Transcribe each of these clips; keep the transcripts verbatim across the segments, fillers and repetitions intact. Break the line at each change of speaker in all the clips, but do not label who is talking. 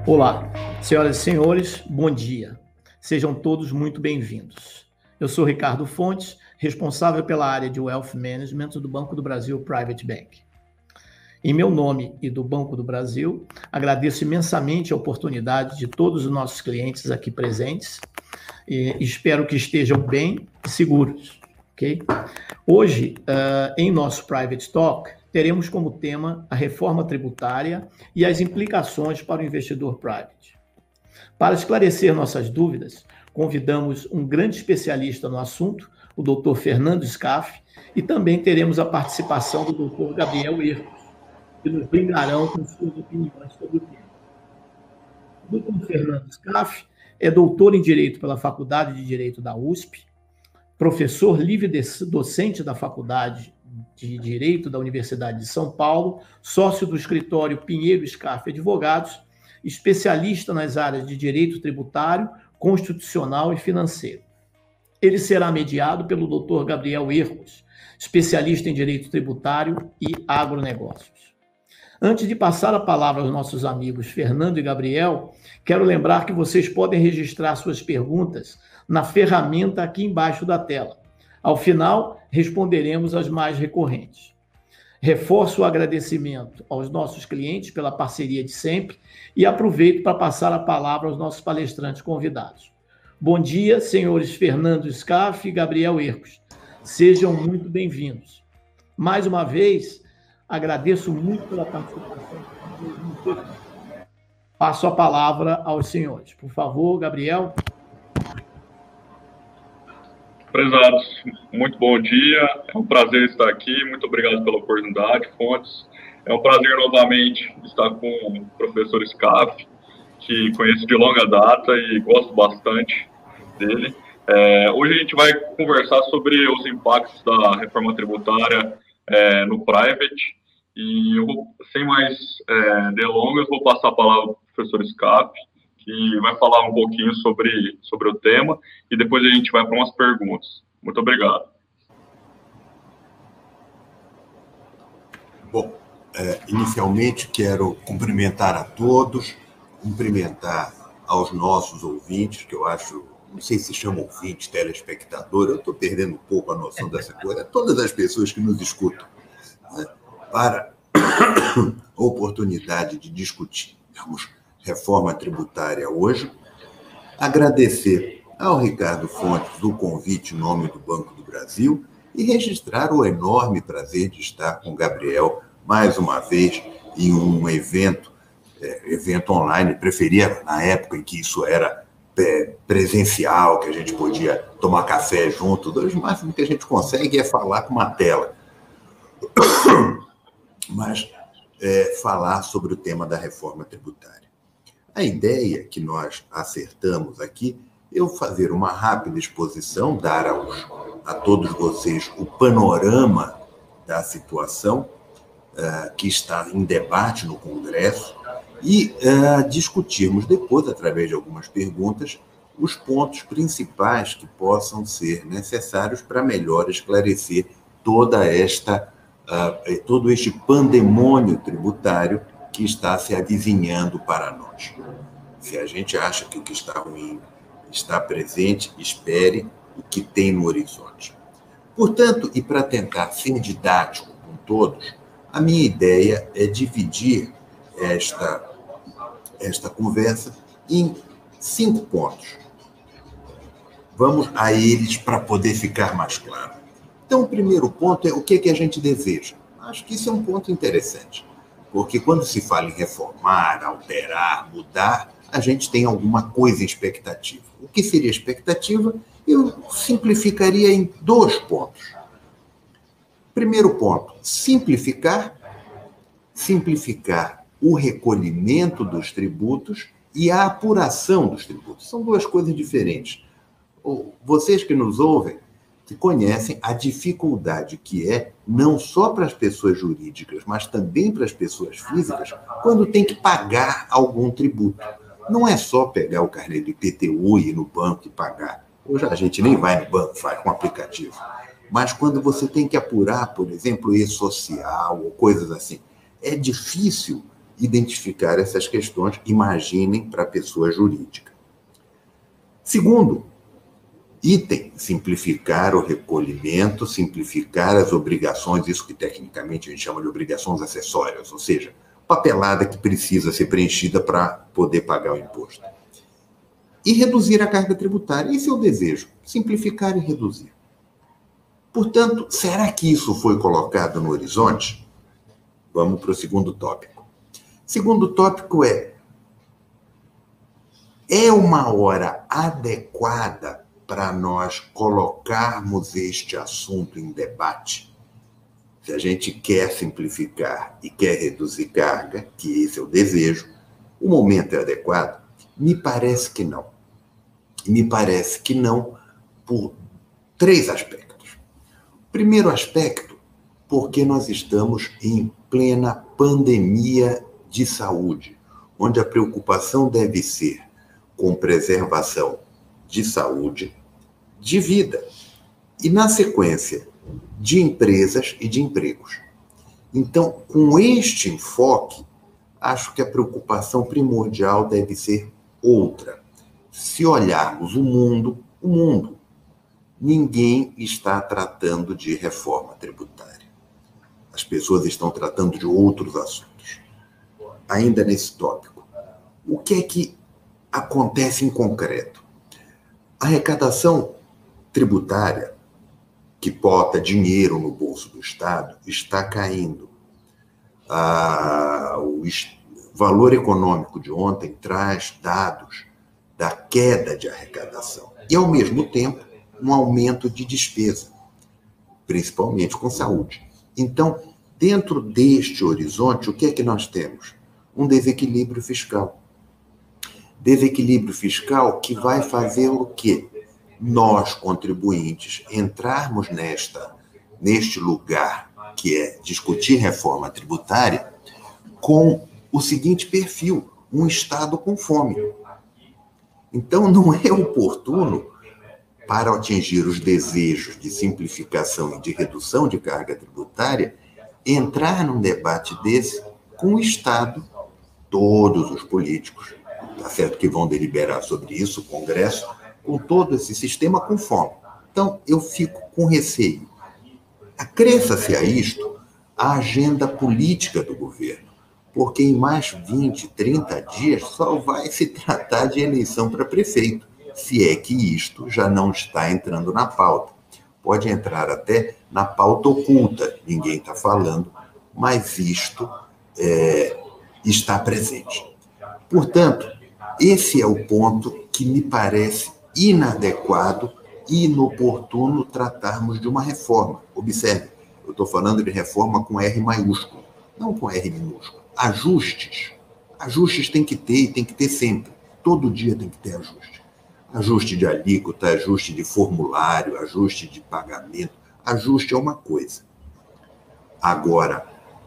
Olá, senhoras e senhores, bom dia. Sejam todos muito bem-vindos. Eu sou Ricardo Fontes, responsável pela área de Wealth Management do Banco do Brasil Private Bank. Em meu nome e do Banco do Brasil, agradeço imensamente a oportunidade de todos os nossos clientes aqui presentes e espero que estejam bem e seguros, ok? Hoje, uh, em nosso Private Talk, teremos como tema a reforma tributária e as implicações para o investidor private. Para esclarecer nossas dúvidas, convidamos um grande especialista no assunto, o doutor Fernando Scaff, e também teremos a participação do doutor Gabriel Ercos, que nos brindarão com suas opiniões sobre o tema. O doutor Fernando Scaff é doutor em Direito pela Faculdade de Direito da U S P, professor livre-docente da Faculdade de Direito da Universidade de São Paulo, sócio do escritório Pinheiro Scaff Advogados, especialista nas áreas de direito tributário, constitucional e financeiro. Ele será mediado pelo doutor Gabriel Ercos, especialista em direito tributário e agronegócios. Antes de passar a palavra aos nossos amigos Fernando e Gabriel, quero lembrar que vocês podem registrar suas perguntas na ferramenta aqui embaixo da tela. Ao final, responderemos as mais recorrentes. Reforço o agradecimento aos nossos clientes pela parceria de sempre e aproveito para passar a palavra aos nossos palestrantes convidados. Bom dia, senhores Fernando Scaff e Gabriel Ercos. Sejam muito bem-vindos. Mais uma vez, agradeço muito pela participação. Passo a palavra aos senhores. Por favor, Gabriel.
Prezados, muito bom dia. É um prazer estar aqui. Muito obrigado pela oportunidade, Fontes. É um prazer novamente estar com o professor Scaff, que conheço de longa data e gosto bastante dele. É, hoje a gente vai conversar sobre os impactos da reforma tributária é, no private. E eu vou, sem mais é, delongas, vou passar a palavra para o professor Scaff, que vai falar um pouquinho sobre, sobre o tema, e depois a gente vai para umas perguntas. Muito obrigado.
Bom, é, inicialmente quero cumprimentar a todos, cumprimentar aos nossos ouvintes, que eu acho, não sei se chama ouvinte, telespectador, eu estou perdendo um pouco a noção dessa coisa, todas as pessoas que nos escutam, né, para a oportunidade de discutirmos reforma tributária hoje. Agradecer ao Ricardo Fontes o convite em nome do Banco do Brasil e registrar o enorme prazer de estar com o Gabriel mais uma vez em um evento, é, evento online, preferia na época em que isso era é, presencial, que a gente podia tomar café junto. Hoje o máximo que a gente consegue é falar com uma tela. Mas é, falar sobre o tema da reforma tributária. A ideia que nós acertamos aqui é eu fazer uma rápida exposição, dar aos, a todos vocês o panorama da situação uh, que está em debate no Congresso e uh, discutirmos depois, através de algumas perguntas, os pontos principais que possam ser necessários para melhor esclarecer toda esta Uh, todo este pandemônio tributário que está se avizinhando para nós. Se a gente acha que o que está ruim está presente, espere o que tem no horizonte. Portanto, e para tentar ser didático com todos, a minha ideia é dividir esta, esta conversa em cinco pontos. Vamos a eles para poder ficar mais claro. Então, o primeiro ponto é o que, é que a gente deseja. Acho que isso é um ponto interessante, porque quando se fala em reformar, alterar, mudar, a gente tem alguma coisa em expectativa. O que seria expectativa? Eu simplificaria em dois pontos. Primeiro ponto, simplificar, simplificar o recolhimento dos tributos e a apuração dos tributos. São duas coisas diferentes. Vocês que nos ouvem, que conhecem a dificuldade que é, não só para as pessoas jurídicas, mas também para as pessoas físicas, quando tem que pagar algum tributo. Não é só pegar o carnê do I P T U e ir no banco e pagar. Hoje a gente nem vai no banco, faz com um aplicativo. Mas quando você tem que apurar, por exemplo, e-social ou coisas assim, é difícil identificar essas questões, imaginem para a pessoa jurídica. Segundo item, simplificar o recolhimento, simplificar as obrigações, isso que tecnicamente a gente chama de obrigações acessórias, ou seja, papelada que precisa ser preenchida para poder pagar o imposto. E reduzir a carga tributária. Esse é o desejo, simplificar e reduzir. Portanto, será que isso foi colocado no horizonte? Vamos para o segundo tópico. Segundo tópico é, é uma hora adequada para nós colocarmos este assunto em debate? Se a gente quer simplificar e quer reduzir carga, que esse é o desejo, o momento é adequado? Me parece que não. Me parece que não por três aspectos. Primeiro aspecto, porque nós estamos em plena pandemia de saúde, onde a preocupação deve ser com preservação de saúde, de vida, e, na sequência, de empresas e de empregos. Então, com este enfoque, acho que a preocupação primordial deve ser outra. Se olharmos o mundo, o mundo, ninguém está tratando de reforma tributária. As pessoas estão tratando de outros assuntos. Ainda nesse tópico, o que é que acontece em concreto? A arrecadação tributária, que bota dinheiro no bolso do Estado, está caindo. Ah, o valor econômico de ontem traz dados da queda de arrecadação e, ao mesmo tempo, um aumento de despesa, principalmente com saúde. Então, dentro deste horizonte, o que é que nós temos? Um desequilíbrio fiscal. Desequilíbrio fiscal que vai fazer o quê? Nós, contribuintes, entrarmos nesta, neste lugar que é discutir reforma tributária com o seguinte perfil, um Estado com fome. Então, não é oportuno, para atingir os desejos de simplificação e de redução de carga tributária, entrar num debate desse com o Estado, todos os políticos, tá certo que vão deliberar sobre isso, o Congresso, com todo esse sistema com fome. Então, eu fico com receio. Acresça-se a isto a agenda política do governo, porque em mais vinte, trinta dias só vai se tratar de eleição para prefeito, se é que isto já não está entrando na pauta. Pode entrar até na pauta oculta, ninguém está falando, mas isto é, está presente. Portanto, esse é o ponto que me parece inadequado e inoportuno tratarmos de uma reforma. Observe, eu estou falando de reforma com R maiúsculo, não com R minúsculo. Ajustes. Ajustes tem que ter e tem que ter sempre. Todo dia tem que ter ajuste. Ajuste de alíquota, ajuste de formulário, ajuste de pagamento. Ajuste é uma coisa. Agora,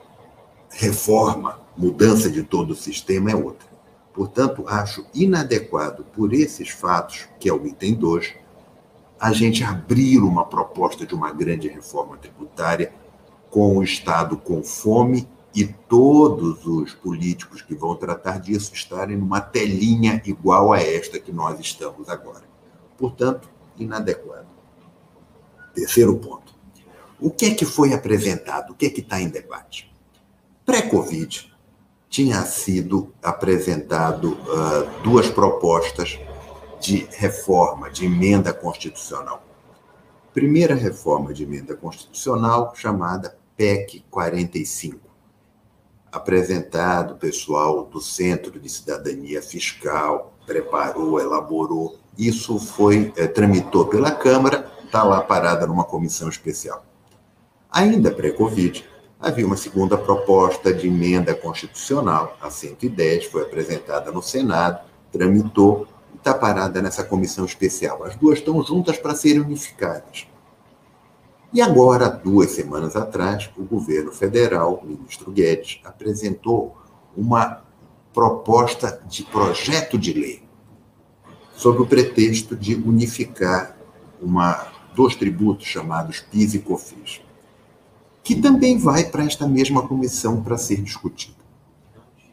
reforma, mudança de todo o sistema é outra. Portanto, acho inadequado, por esses fatos, que é o item dois, a gente abrir uma proposta de uma grande reforma tributária com o Estado com fome e todos os políticos que vão tratar disso estarem numa telinha igual a esta que nós estamos agora. Portanto, inadequado. Terceiro ponto. O que é que foi apresentado? O que é que está em debate? Pré-Covid, tinha sido apresentado uh, duas propostas de reforma, de emenda constitucional. Primeira reforma de emenda constitucional, chamada P E C quarenta e cinco. Apresentado, o pessoal do Centro de Cidadania Fiscal preparou, elaborou. Isso foi, eh, tramitou pela Câmara, está lá parada numa comissão especial. Ainda pré-Covid, havia uma segunda proposta de emenda constitucional, a cento e dez, foi apresentada no Senado, tramitou e está parada nessa comissão especial. As duas estão juntas para serem unificadas. E agora, duas semanas atrás, o governo federal, o ministro Guedes, apresentou uma proposta de projeto de lei sob o pretexto de unificar uma, dois tributos chamados PIS e COFINS, que também vai para esta mesma comissão para ser discutida.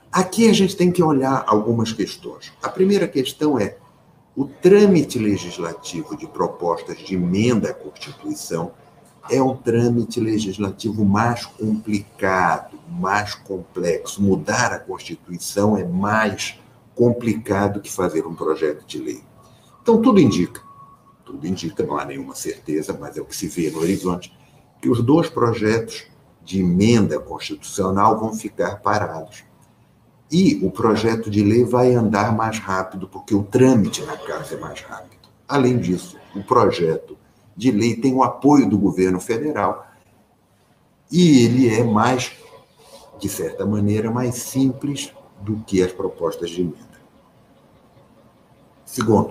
Aqui a gente tem que olhar algumas questões. A primeira questão é o trâmite legislativo de propostas de emenda à Constituição é um trâmite legislativo mais complicado, mais complexo. Mudar a Constituição é mais complicado que fazer um projeto de lei. Então, tudo indica, tudo indica, não há nenhuma certeza, mas é o que se vê no horizonte, que os dois projetos de emenda constitucional vão ficar parados. E o projeto de lei vai andar mais rápido, porque o trâmite na casa é mais rápido. Além disso, o projeto de lei tem o apoio do governo federal e ele é mais, de certa maneira, mais simples do que as propostas de emenda. Segundo,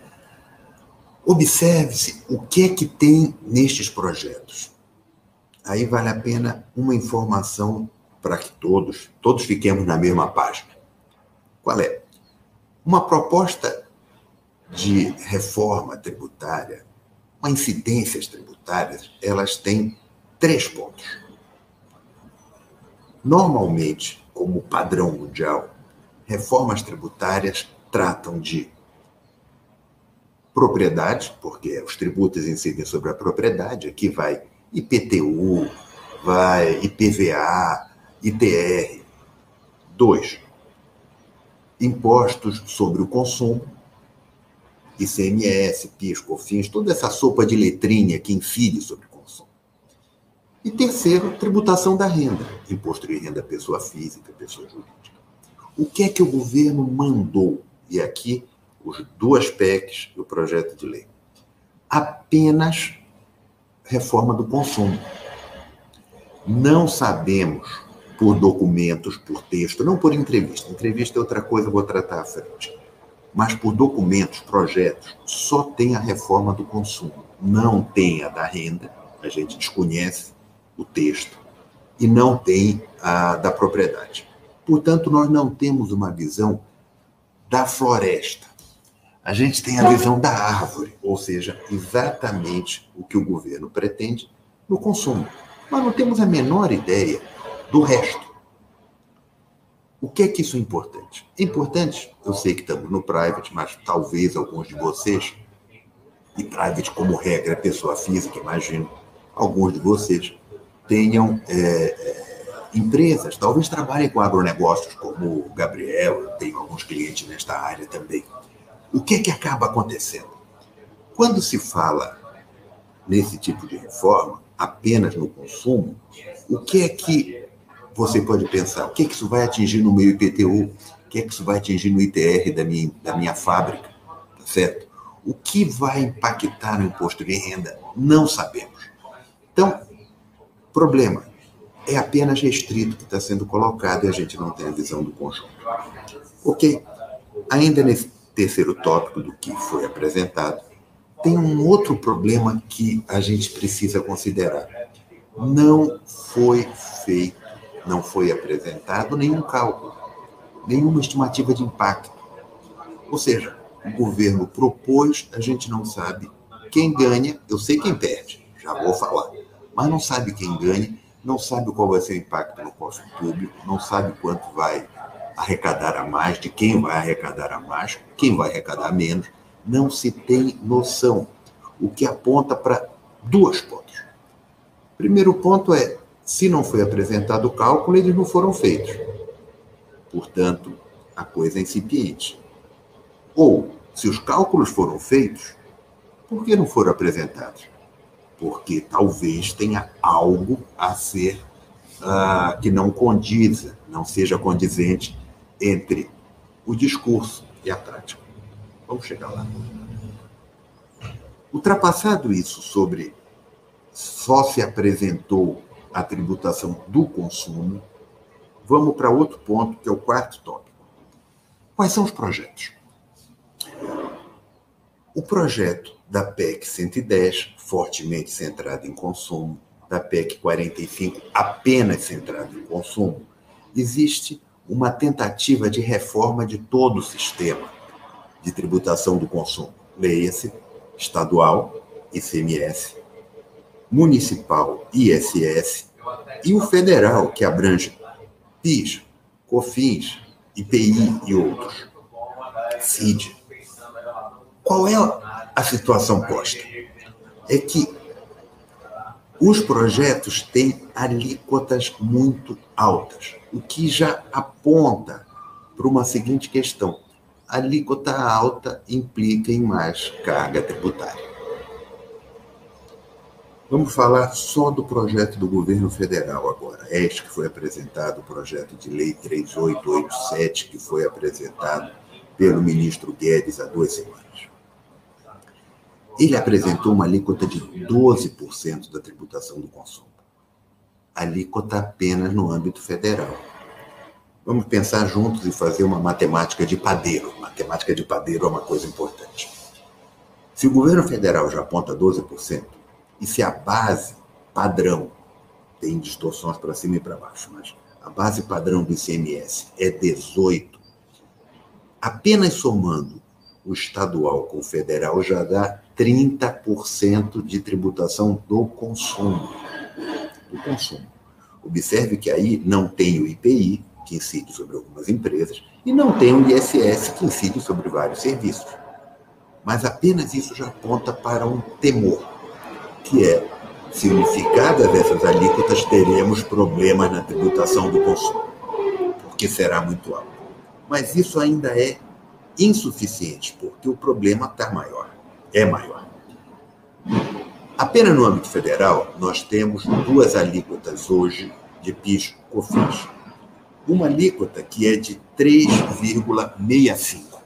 observe-se o que é que tem nestes projetos. Aí vale a pena uma informação para que todos, todos fiquemos na mesma página. Qual é? Uma proposta de reforma tributária, uma incidências tributárias, elas têm três pontos. Normalmente, como padrão mundial, reformas tributárias tratam de propriedade, porque os tributos incidem sobre a propriedade, aqui vai I P T U, vai I P V A, I T R. Dois, impostos sobre o consumo, I C M S, PIS, COFINS, toda essa sopa de letrinha que incide sobre o consumo. E terceiro, tributação da renda, imposto de renda pessoa física, pessoa jurídica. O que é que o governo mandou? E aqui, os duas P E Cs e o projeto de lei. Apenas reforma do consumo. Não sabemos, por documentos, por texto, não por entrevista. Entrevista é outra coisa, eu vou tratar à frente. Mas por documentos, projetos, só tem a reforma do consumo. Não tem a da renda, a gente desconhece o texto, e não tem a da propriedade. Portanto, nós não temos uma visão da floresta. A gente tem a visão da árvore, ou seja, exatamente o que o governo pretende no consumo. Mas não temos a menor ideia do resto. O que é que isso é importante? É importante, eu sei que estamos no private, mas talvez alguns de vocês, e private como regra é pessoa física, imagino, alguns de vocês tenham é, é, empresas, talvez trabalhem com agronegócios, como o Gabriel, eu tenho alguns clientes nesta área também. O que é que acaba acontecendo? Quando se fala nesse tipo de reforma, apenas no consumo, o que é que você pode pensar? O que é que isso vai atingir no meu I P T U? O que é que isso vai atingir no I T R da minha, da minha fábrica? Tá certo? O que vai impactar no imposto de renda? Não sabemos. Então, problema é apenas restrito que está sendo colocado e a gente não tem a visão do conjunto. Ok? Ainda nesse terceiro tópico do que foi apresentado, tem um outro problema que a gente precisa considerar. Não foi feito, não foi apresentado nenhum cálculo, nenhuma estimativa de impacto. Ou seja, o governo propôs, a gente não sabe quem ganha, eu sei quem perde, já vou falar, mas não sabe quem ganha, não sabe qual vai ser o impacto no custo público, não sabe quanto vai arrecadar a mais, de quem vai arrecadar a mais, quem vai arrecadar menos, não se tem noção, o que aponta para duas pontos. Primeiro ponto é, se não foi apresentado o cálculo, eles não foram feitos. Portanto, a coisa é incipiente. Ou, se os cálculos foram feitos, por que não foram apresentados? Porque talvez tenha algo a ser uh, que não condiza, não seja condizente entre o discurso e a prática. Vamos chegar lá. Ultrapassado isso sobre só se apresentou a tributação do consumo, vamos para outro ponto, que é o quarto tópico. Quais são os projetos? O projeto da P E C cento e dez, fortemente centrado em consumo, da P E C quarenta e cinco, apenas centrado em consumo, existe uma tentativa de reforma de todo o sistema de tributação do consumo. Leia-se estadual, I C M S, municipal, I S S, e o federal, que abrange PIS, COFINS, I P I e outros, C I D. Qual é a situação posta? É que os projetos têm alíquotas muito altas, o que já aponta para uma seguinte questão. A alíquota alta implica em mais carga tributária. Vamos falar só do projeto do governo federal agora. Este que foi apresentado, o projeto de lei três mil oitocentos e oitenta e sete, que foi apresentado pelo ministro Guedes há duas semanas. Ele apresentou uma alíquota de doze por cento da tributação do consumo. Alíquota apenas no âmbito federal. Vamos pensar juntos e fazer uma matemática de padeiro. Matemática de padeiro é uma coisa importante. Se o governo federal já aponta doze por cento, e se a base padrão, tem distorções para cima e para baixo, mas a base padrão do I C M S é dezoito por cento, apenas somando o estadual com o federal já dá trinta por cento de tributação do consumo. Do consumo. Observe que aí não tem o I P I, que incide sobre algumas empresas, e não tem o I S S, que incide sobre vários serviços. Mas apenas isso já aponta para um temor, que é, se unificadas essas alíquotas, teremos problemas na tributação do consumo, porque será muito alto. Mas isso ainda é insuficiente, porque o problema está maior, é maior. Apenas no âmbito federal, nós temos duas alíquotas hoje de PIS e COFINS. Uma alíquota que é de três vírgula sessenta e cinco.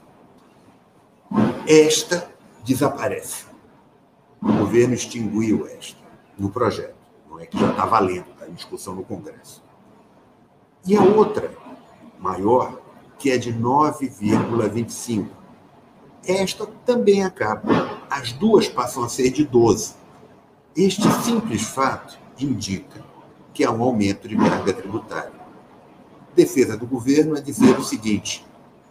Esta desaparece. O governo extinguiu esta no projeto. Não é que já está valendo, está em discussão no Congresso. E a outra, maior, que é de nove vírgula vinte e cinco. Esta também acaba. As duas passam a ser de doze. Este simples fato indica que há um aumento de carga tributária. A defesa do governo é dizer o seguinte: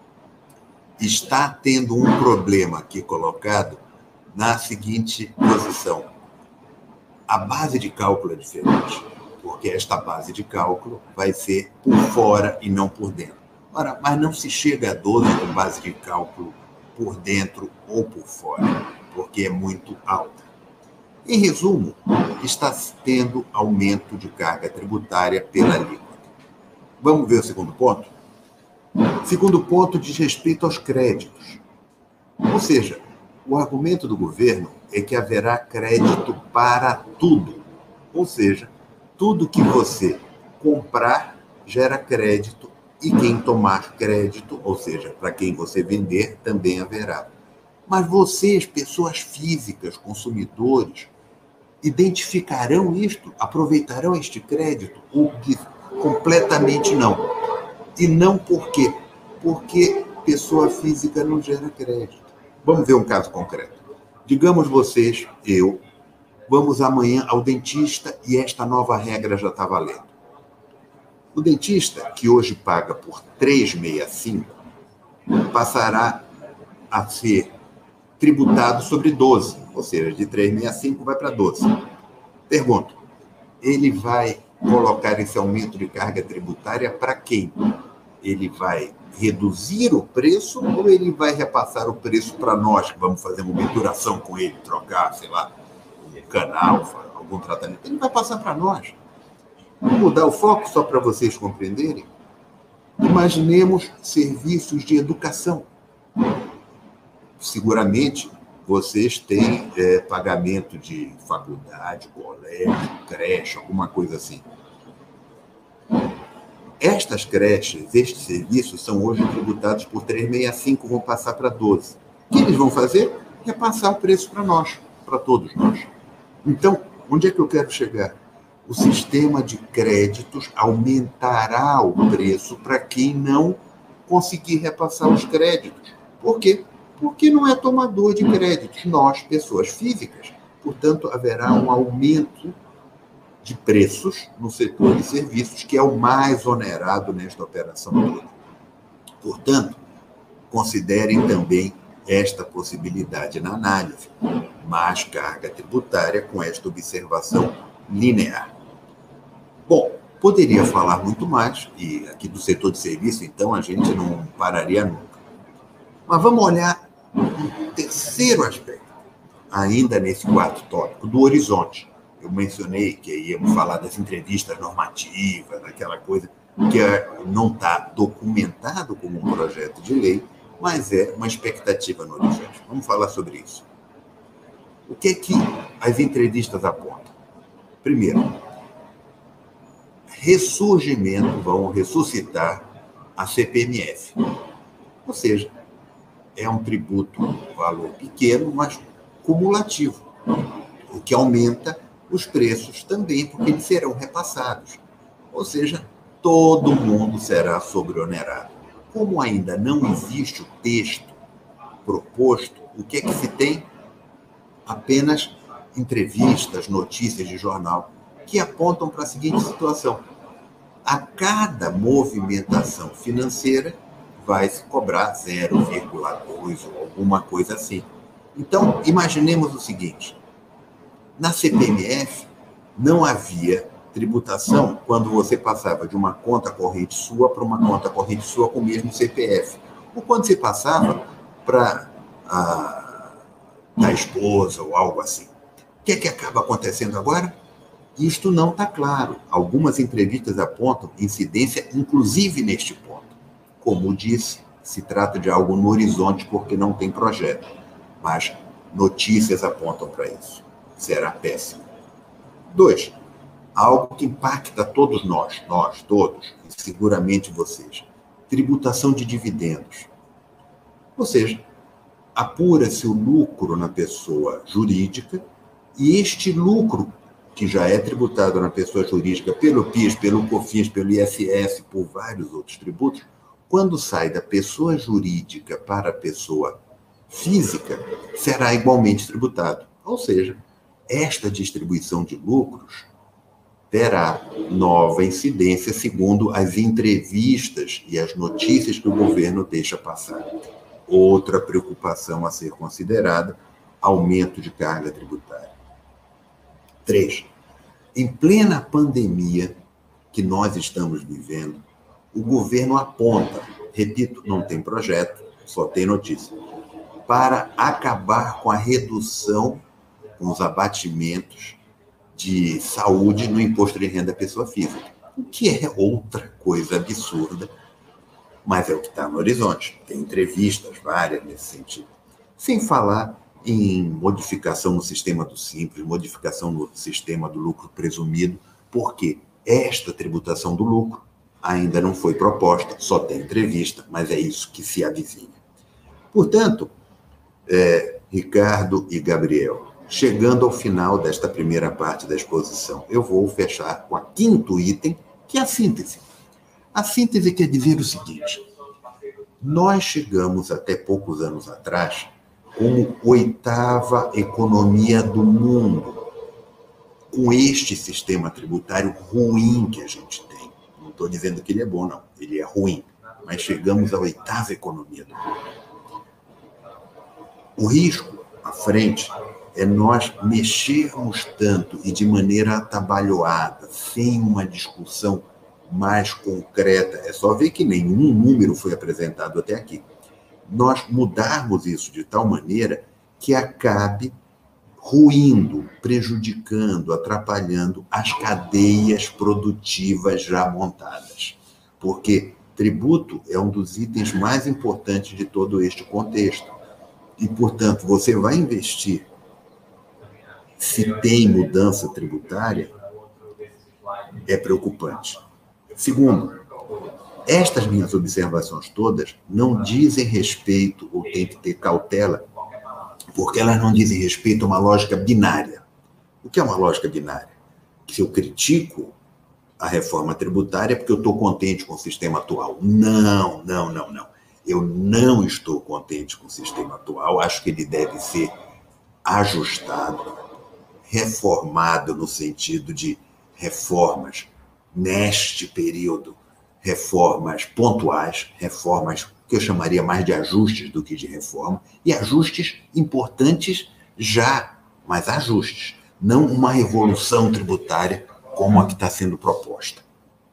está tendo um problema aqui colocado na seguinte posição. A base de cálculo é diferente, porque esta base de cálculo vai ser por fora e não por dentro. Ora, mas não se chega a doze com base de cálculo por dentro ou por fora, porque é muito alta. Em resumo, está tendo aumento de carga tributária pela alíquota. Vamos ver o segundo ponto? O segundo ponto diz respeito aos créditos. Ou seja, o argumento do governo é que haverá crédito para tudo. Ou seja, tudo que você comprar gera crédito e quem tomar crédito, ou seja, para quem você vender, também haverá. Mas vocês, pessoas físicas, consumidores, identificarão isto, aproveitarão este crédito? Ou que completamente não. E não por quê? Porque pessoa física não gera crédito. Vamos ver um caso concreto. Digamos vocês, eu, vamos amanhã ao dentista e esta nova regra já está valendo. O dentista, que hoje paga por trezentos e sessenta e cinco, passará a ser tributado sobre doze, ou seja, de trezentos e sessenta e cinco vai para doze. Pergunto, ele vai colocar esse aumento de carga tributária para quem? Ele vai reduzir o preço ou ele vai repassar o preço para nós, que vamos fazer uma mensuração com ele, trocar, sei lá, um canal, algum tratamento? Ele vai passar para nós. Vou mudar o foco só para vocês compreenderem. Imaginemos serviços de educação. Seguramente, vocês têm é, pagamento de faculdade, colégio, creche, alguma coisa assim. Estas creches, estes serviços, são hoje tributados por trezentos e sessenta e cinco, vão passar para doze. O que eles vão fazer? É passar o preço para nós, para todos nós. Então, onde é que eu quero chegar? O sistema de créditos aumentará o preço para quem não conseguir repassar os créditos. Por quê? Porque não é tomador de créditos, nós, pessoas físicas. Portanto, haverá um aumento de preços no setor de serviços, que é o mais onerado nesta operação toda. Portanto, considerem também esta possibilidade na análise, mais carga tributária com esta observação linear. Bom, Poderia falar muito mais, e aqui do setor de serviço, então, a gente não pararia nunca. Mas vamos olhar um terceiro aspecto, ainda nesse quarto tópico, do horizonte. Eu mencionei que íamos falar das entrevistas normativas, daquela coisa que não está documentado como um projeto de lei, mas é uma expectativa no horizonte. Vamos falar sobre isso. O que é que as entrevistas apontam? Primeiro, ressurgimento, vão ressuscitar a C P M F. Ou seja, é um tributo, um valor pequeno, mas cumulativo, o que aumenta os preços também, porque eles serão repassados. Ou seja, todo mundo será sobreonerado. Como ainda não existe o texto proposto, o que é que se tem? Apenas entrevistas, notícias de jornal, que apontam para a seguinte situação. A cada movimentação financeira vai se cobrar zero vírgula dois ou alguma coisa assim. Então, imaginemos o seguinte. Na C P M F, não havia tributação quando você passava de uma conta corrente sua para uma conta corrente sua com o mesmo C P F. Ou quando você passava para a da esposa ou algo assim. O que é que acaba acontecendo agora? Isto não está claro. Algumas entrevistas apontam incidência, inclusive neste ponto. Como disse, se trata de algo no horizonte porque não tem projeto. Mas notícias apontam para isso. Será péssimo. Dois, algo que impacta todos nós, nós todos, e seguramente vocês. Tributação de dividendos. Ou seja, apura-se o lucro na pessoa jurídica e este lucro, que já é tributado na pessoa jurídica pelo PIS, pelo COFINS, pelo I S S, por vários outros tributos, quando sai da pessoa jurídica para a pessoa física, será igualmente tributado. Ou seja, esta distribuição de lucros terá nova incidência segundo as entrevistas e as notícias que o governo deixa passar. Outra preocupação a ser considerada, aumento de carga tributária. Três, em plena pandemia que nós estamos vivendo, o governo aponta, repito, não tem projeto, só tem notícia, para acabar com a redução, com os abatimentos de saúde no imposto de renda da pessoa física, o que é outra coisa absurda, mas é o que está no horizonte. Tem entrevistas várias nesse sentido. Sem falar em modificação no sistema do Simples, modificação no sistema do lucro presumido, porque esta tributação do lucro ainda não foi proposta, só tem entrevista, mas é isso que se avizinha. Portanto, é, Ricardo e Gabriel, chegando ao final desta primeira parte da exposição, eu vou fechar com o quinto item, que é a síntese. A síntese quer dizer o seguinte: nós chegamos até poucos anos atrás como oitava economia do mundo, com este sistema tributário ruim que a gente tem. Não estou dizendo que ele é bom, não. Ele é ruim. Mas chegamos à oitava economia do mundo. O risco à frente é nós mexermos tanto e de maneira atabalhoada, sem uma discussão mais concreta. É só ver que nenhum número foi apresentado até aqui. Nós mudarmos isso de tal maneira que acabe ruindo, prejudicando, atrapalhando as cadeias produtivas já montadas. Porque tributo é um dos itens mais importantes de todo este contexto. E, portanto, você vai investir, se tem mudança tributária, é preocupante. Segundo, estas minhas observações todas não dizem respeito, ou tem que ter cautela, porque elas não dizem respeito a uma lógica binária. O que é uma lógica binária? Que se eu critico a reforma tributária é porque eu estou contente com o sistema atual. Não, não, não, não. Eu não estou contente com o sistema atual, acho que ele deve ser ajustado, reformado no sentido de reformas neste período, reformas pontuais, reformas que eu chamaria mais de ajustes do que de reforma, e ajustes importantes já, mas ajustes, não uma revolução tributária como a que está sendo proposta.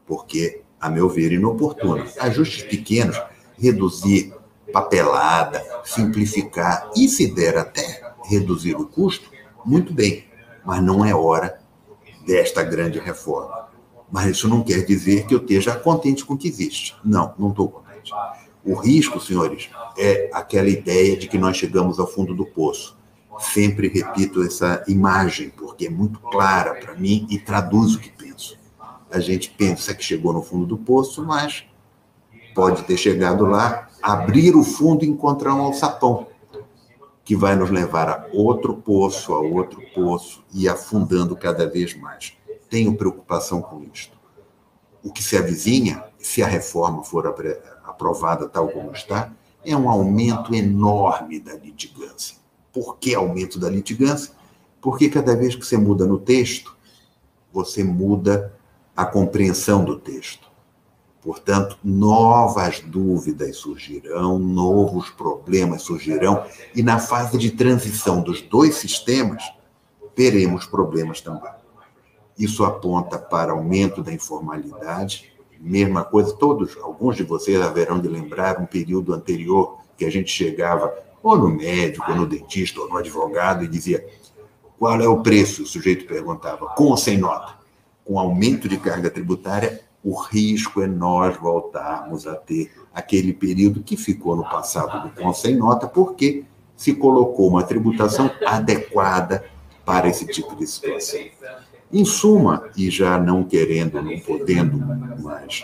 porque, a meu ver, inoportuna. Ajustes pequenos, reduzir papelada, simplificar e, se der até reduzir o custo, muito bem, mas não é hora desta grande reforma. Mas isso não quer dizer que eu esteja contente com o que existe. Não, não estou contente. O risco, senhores, é aquela ideia de que nós chegamos ao fundo do poço. Sempre repito essa imagem, porque é muito clara para mim e traduz o que penso. A gente pensa que chegou no fundo do poço, mas pode ter chegado lá, abrir o fundo e encontrar um alçapão, que vai nos levar a outro poço, a outro poço, e afundando cada vez mais. Tenho preocupação com isto. O que se avizinha, se a reforma for aprovada tal como está, é um aumento enorme da litigância. Por que aumento da litigância? Porque cada vez que você muda no texto, você muda a compreensão do texto. Portanto, novas dúvidas surgirão, novos problemas surgirão, e na fase de transição dos dois sistemas, teremos problemas também. Isso aponta para aumento da informalidade, mesma coisa, todos, alguns de vocês haverão de lembrar um período anterior que a gente chegava ou no médico, ou no dentista, ou no advogado e dizia, qual é o preço? O sujeito perguntava, com ou sem nota? Com aumento de carga tributária, o risco é nós voltarmos a ter aquele período que ficou no passado do com sem nota, porque se colocou uma tributação adequada para esse tipo de situação. Em suma, e já não querendo, não podendo mais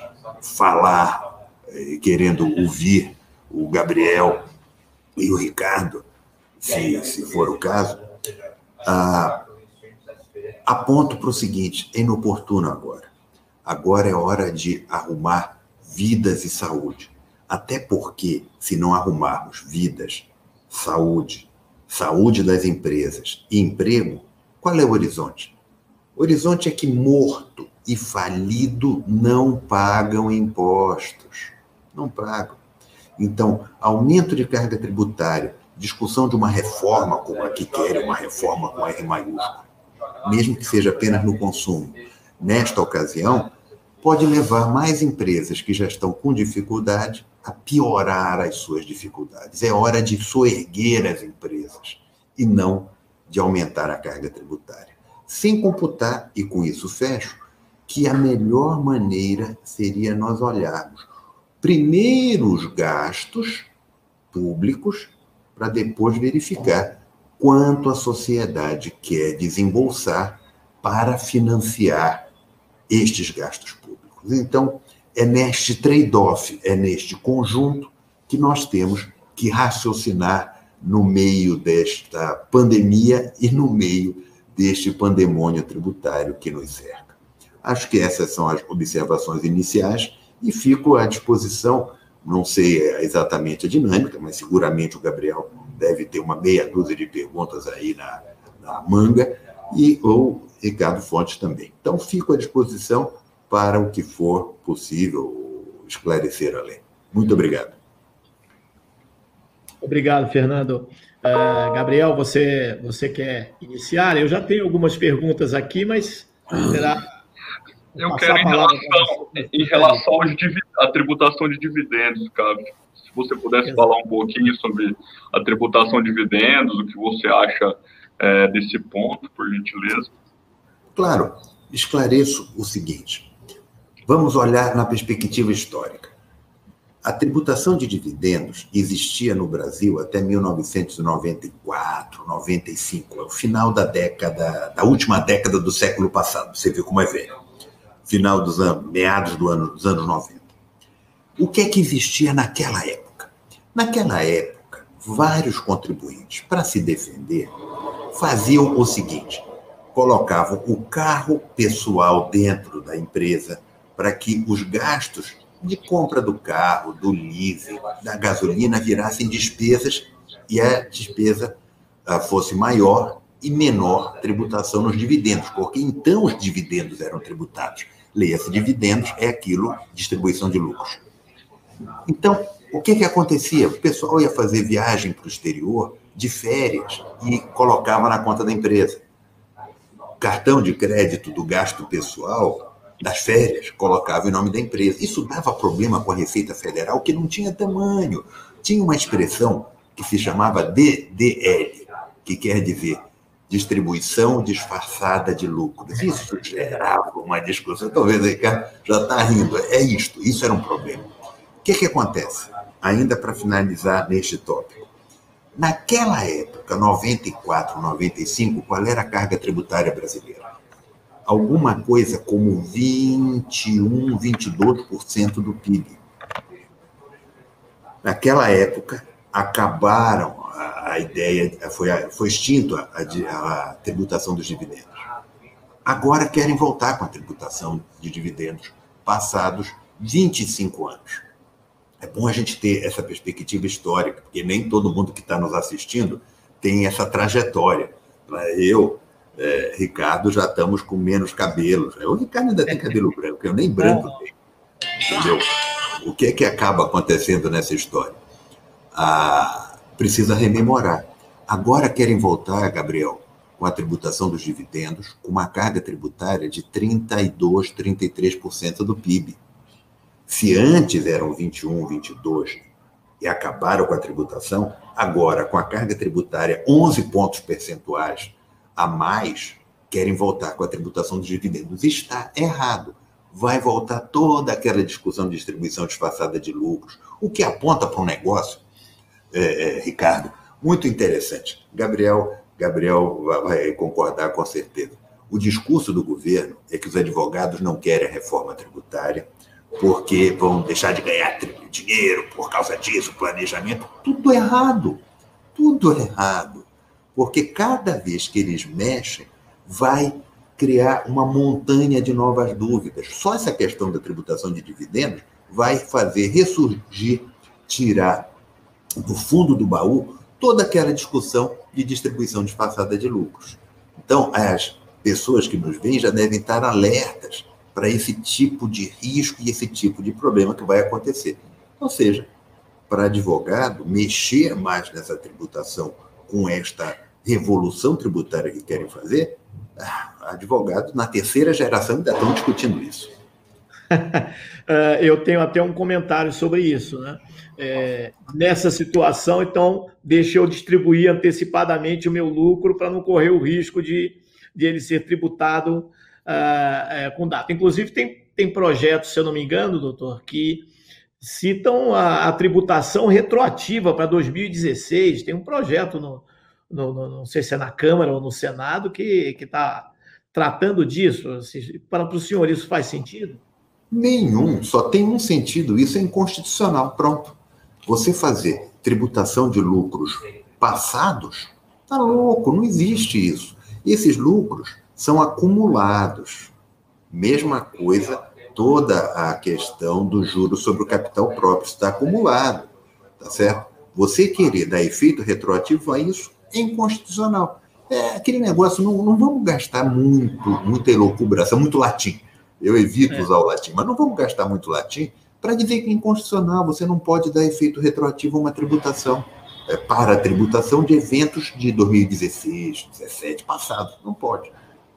falar, querendo ouvir o Gabriel e o Ricardo, se, se for o caso, ah, aponto para o seguinte, é inoportuno agora. Agora é hora de arrumar vidas e saúde. Até porque, se não arrumarmos vidas, saúde, saúde das empresas e emprego, qual é o horizonte? O horizonte é que morto e falido não pagam impostos. Não pagam. Então, aumento de carga tributária, discussão de uma reforma, como a que querem, uma reforma com R maiúsculo, mesmo que seja apenas no consumo, nesta ocasião, pode levar mais empresas que já estão com dificuldade a piorar as suas dificuldades. É hora de soerguer as empresas e não de aumentar a carga tributária. Sem computar, e com isso fecho, que a melhor maneira seria nós olharmos primeiro os gastos públicos para depois verificar quanto a sociedade quer desembolsar para financiar estes gastos públicos. Então, é neste trade-off, é neste conjunto que nós temos que raciocinar no meio desta pandemia e no meio deste pandemônio tributário que nos cerca. Acho que essas são as observações iniciais e fico à disposição, não sei exatamente a dinâmica, mas seguramente o Gabriel deve ter uma meia dúzia de perguntas aí na, na manga, e o Ricardo Fontes também. Então, fico à disposição para o que for possível esclarecer a lei. Muito obrigado.
Obrigado, Fernando. Uh, Gabriel, você, você quer iniciar? Eu já tenho algumas perguntas aqui, mas será...
Eu quero em relação, em relação à tributação de dividendos, cara. Se você pudesse Exato. falar um pouquinho sobre a tributação de dividendos, o que você acha é, desse ponto, por gentileza.
Claro, esclareço o seguinte. Vamos olhar na perspectiva histórica. A tributação de dividendos existia no Brasil até mil novecentos e noventa e quatro, noventa e cinco, o final da década, da última década do século passado. Você vê como é velho. Final dos anos, meados do ano, dos anos noventa. O que é que existia naquela época? Naquela época, vários contribuintes, para se defender, faziam o seguinte: colocavam o carro pessoal dentro da empresa para que os gastos de compra do carro, do leasing, da gasolina virassem despesas e a despesa uh, fosse maior e menor tributação nos dividendos, porque então os dividendos eram tributados. Leia-se dividendos, é aquilo, distribuição de lucros. Então, o que que acontecia? O pessoal ia fazer viagem para o exterior de férias e colocava na conta da empresa. Cartão de crédito do gasto pessoal das férias, colocava o nome da empresa. Isso dava problema com a Receita Federal, que não tinha tamanho. Tinha uma expressão que se chamava D D L, que quer dizer distribuição disfarçada de lucros. Isso gerava uma discussão. Talvez o Ricardo já está rindo. É isto, isso era um problema. O que, que acontece? Ainda para finalizar neste tópico. Naquela época, noventa e quatro, noventa e cinco, qual era a carga tributária brasileira? Alguma coisa como vinte e um, vinte e dois por cento do P I B. Naquela época, acabaram a, a ideia, foi, foi extinto a, a, a tributação dos dividendos. Agora querem voltar com a tributação de dividendos passados vinte e cinco anos. É bom a gente ter essa perspectiva histórica, porque nem todo mundo que está nos assistindo tem essa trajetória. Eu, é, Ricardo, já estamos com menos cabelos. O Ricardo ainda tem cabelo branco, eu nem branco tenho. Entendeu? O que é que acaba acontecendo nessa história? Ah, precisa rememorar. Agora querem voltar, Gabriel, com a tributação dos dividendos, com uma carga tributária de trinta e dois, trinta e três por cento do P I B. Se antes eram vinte e um, vinte e dois e acabaram com a tributação, agora, com a carga tributária onze pontos percentuais a mais, querem voltar com a tributação dos dividendos. Está errado. Vai voltar toda aquela discussão de distribuição disfarçada de lucros, o que aponta para um negócio, é, é, Ricardo, muito interessante. Gabriel, Gabriel vai concordar com certeza. O discurso do governo é que os advogados não querem a reforma tributária, porque vão deixar de ganhar dinheiro por causa disso, planejamento. Tudo errado, tudo errado. Porque cada vez que eles mexem, vai criar uma montanha de novas dúvidas. Só essa questão da tributação de dividendos vai fazer ressurgir, tirar do fundo do baú toda aquela discussão de distribuição disfarçada de lucros. Então, as pessoas que nos veem já devem estar alertas para esse tipo de risco e esse tipo de problema que vai acontecer. Ou seja, para advogado, mexer mais nessa tributação com esta revolução tributária que querem fazer, advogados na terceira geração ainda estão discutindo isso.
Eu tenho até um comentário sobre isso, né? É, nessa situação, então, deixa eu distribuir antecipadamente o meu lucro para não correr o risco de, de ele ser tributado Uh, uh, com data. Inclusive, tem, tem projetos, se eu não me engano, doutor, que citam a, a tributação retroativa para dois mil e dezesseis. Tem um projeto, no, no, no, não sei se é na Câmara ou no Senado, que está tratando disso. Para, para o senhor, isso faz sentido?
Nenhum. Só tem um sentido. Isso é inconstitucional. Pronto. Você fazer tributação de lucros passados, tá louco. Não existe isso. E esses lucros são acumulados. Mesma coisa, toda a questão do juro sobre o capital próprio está acumulado, tá certo? Você querer dar efeito retroativo a isso é inconstitucional. É aquele negócio, não, não vamos gastar muito, muita elucubração, muito latim. Eu evito é. usar o latim, mas não vamos gastar muito latim para dizer que é inconstitucional. Você não pode dar efeito retroativo a uma tributação, é, para a tributação de eventos de dois mil e dezesseis, dezessete, passados. Não pode.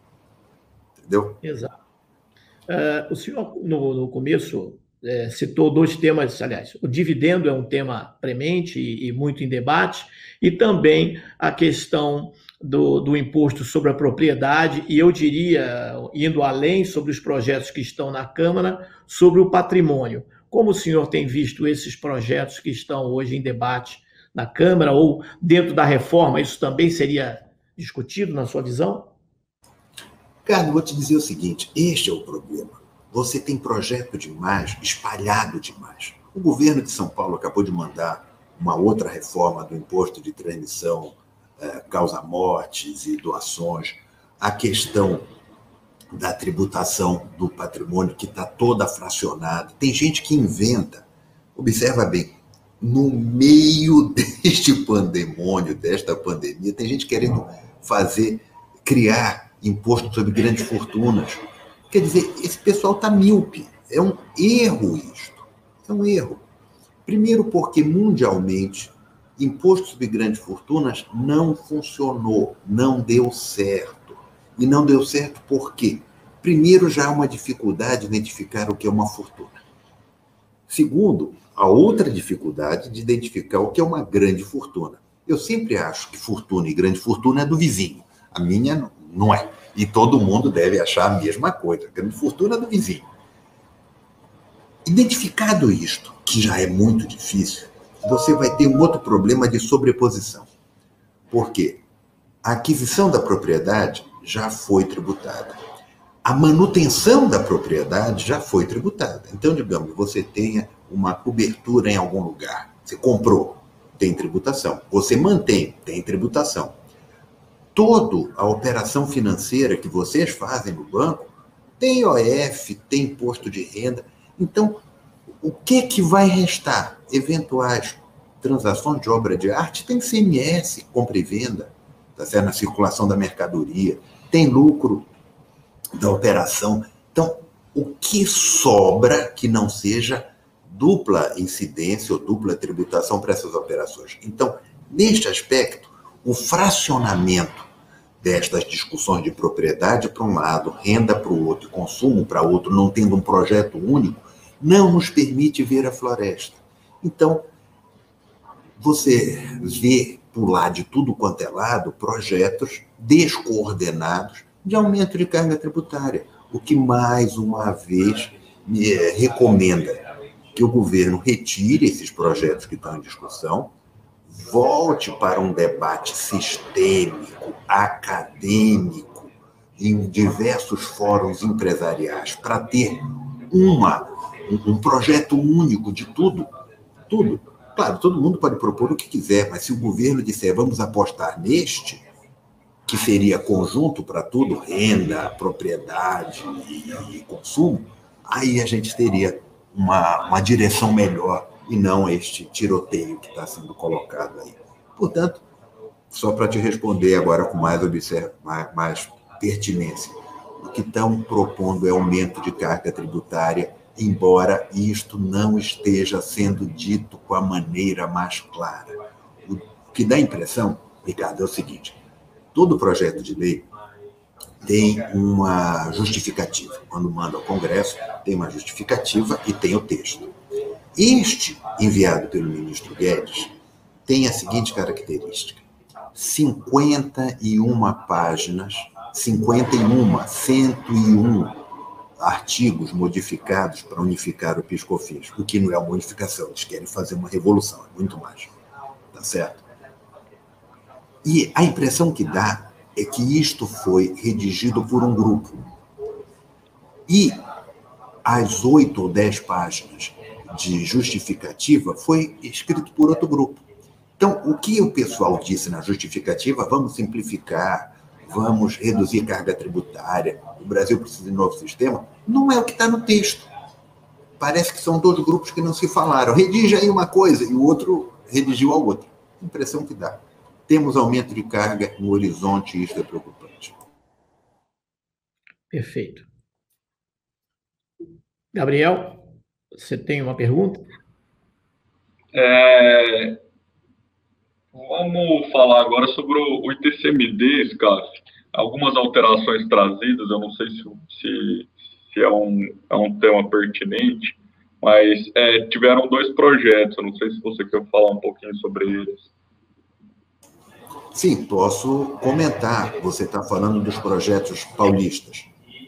Entendeu?
Exato. Uh, o senhor, no, no começo, é, citou dois temas, aliás, o dividendo é um tema premente e, e muito em debate, e também a questão do, do imposto sobre a propriedade, e eu diria, indo além sobre os projetos que estão na Câmara, sobre o patrimônio. Como o senhor tem visto esses projetos que estão hoje em debate na Câmara, ou dentro da reforma, isso também seria discutido, na sua visão?
Ricardo, vou te dizer o seguinte, este é o problema. Você tem projeto demais, espalhado demais. O governo de São Paulo acabou de mandar uma outra reforma do imposto de transmissão, eh, causa-mortes e doações. A questão da tributação do patrimônio, que está toda fracionada. Tem gente que inventa. Observa bem, no meio deste pandemônio, desta pandemia, tem gente querendo fazer, criar imposto sobre grandes fortunas. Quer dizer, esse pessoal está míope. É um erro isto. É um erro. Primeiro porque, mundialmente, imposto sobre grandes fortunas não funcionou, não deu certo. E não deu certo por quê? primeiro, já há uma dificuldade de identificar o que é uma fortuna. Segundo, a outra dificuldade de identificar o que é uma grande fortuna. Eu sempre acho que fortuna e grande fortuna é do vizinho. A minha não é. E todo mundo deve achar a mesma coisa. Grande fortuna é do vizinho. Identificado isto, que já é muito difícil, você vai ter um outro problema de sobreposição. Por quê? A aquisição da propriedade já foi tributada. A manutenção da propriedade já foi tributada. Então, digamos, você tenha uma cobertura em algum lugar. Você comprou, tem tributação. Você mantém, tem tributação. Toda a operação financeira que vocês fazem no banco tem I O F, tem imposto de renda. Então, o que, que vai restar? Eventuais transações de obra de arte tem C M S, compra e venda, tá certo? Na circulação da mercadoria, tem lucro da operação. Então, o que sobra que não seja dupla incidência ou dupla tributação para essas operações? Então, neste aspecto, o fracionamento destas discussões de propriedade para um lado, renda para o outro, consumo para outro, não tendo um projeto único, não nos permite ver a floresta. Então, você vê pular de tudo quanto é lado projetos descoordenados de aumento de carga tributária, o que, mais uma vez, me recomenda que o governo retire esses projetos que estão em discussão, volte para um debate sistêmico, acadêmico, em diversos fóruns empresariais, para ter uma, um, um projeto único de tudo, tudo. Claro, todo mundo pode propor o que quiser, mas se o governo disser vamos apostar neste, que seria conjunto para tudo, renda, propriedade e, e consumo, aí a gente teria uma, uma direção melhor e não este tiroteio que está sendo colocado aí. Portanto, só para te responder agora com mais, observa, mais, mais pertinência, o que estão propondo é aumento de carga tributária, embora isto não esteja sendo dito com a maneira mais clara. O que dá a impressão, Ricardo, é o seguinte: todo projeto de lei tem uma justificativa. Quando manda ao Congresso, tem uma justificativa e tem o texto. Este, enviado pelo ministro Guedes, tem a seguinte característica: cinquenta e uma páginas, cinquenta e um, cento e um artigos modificados para unificar o PIS/COFINS, o que não é uma modificação, eles querem fazer uma revolução, é muito mais. Tá certo? E a impressão que dá é que isto foi redigido por um grupo. E as oito ou dez páginas de justificativa foi escrito por outro grupo. Então, o que o pessoal disse na justificativa, vamos simplificar, vamos reduzir carga tributária, o Brasil precisa de um novo sistema, não é o que está no texto. Parece que são dois grupos que não se falaram. Redige aí uma coisa e o outro redigiu a outra. Impressão que dá. Temos aumento de carga no horizonte e isso é preocupante.
Perfeito. Gabriel, você tem uma pergunta?
É... Vamos falar agora sobre o I T C M D, Scaf. Algumas alterações trazidas, eu não sei se, se, se é, um, é um tema pertinente, mas é, tiveram dois projetos, eu não sei se você quer falar um pouquinho sobre eles.
Sim, posso comentar. Você está falando dos projetos paulistas.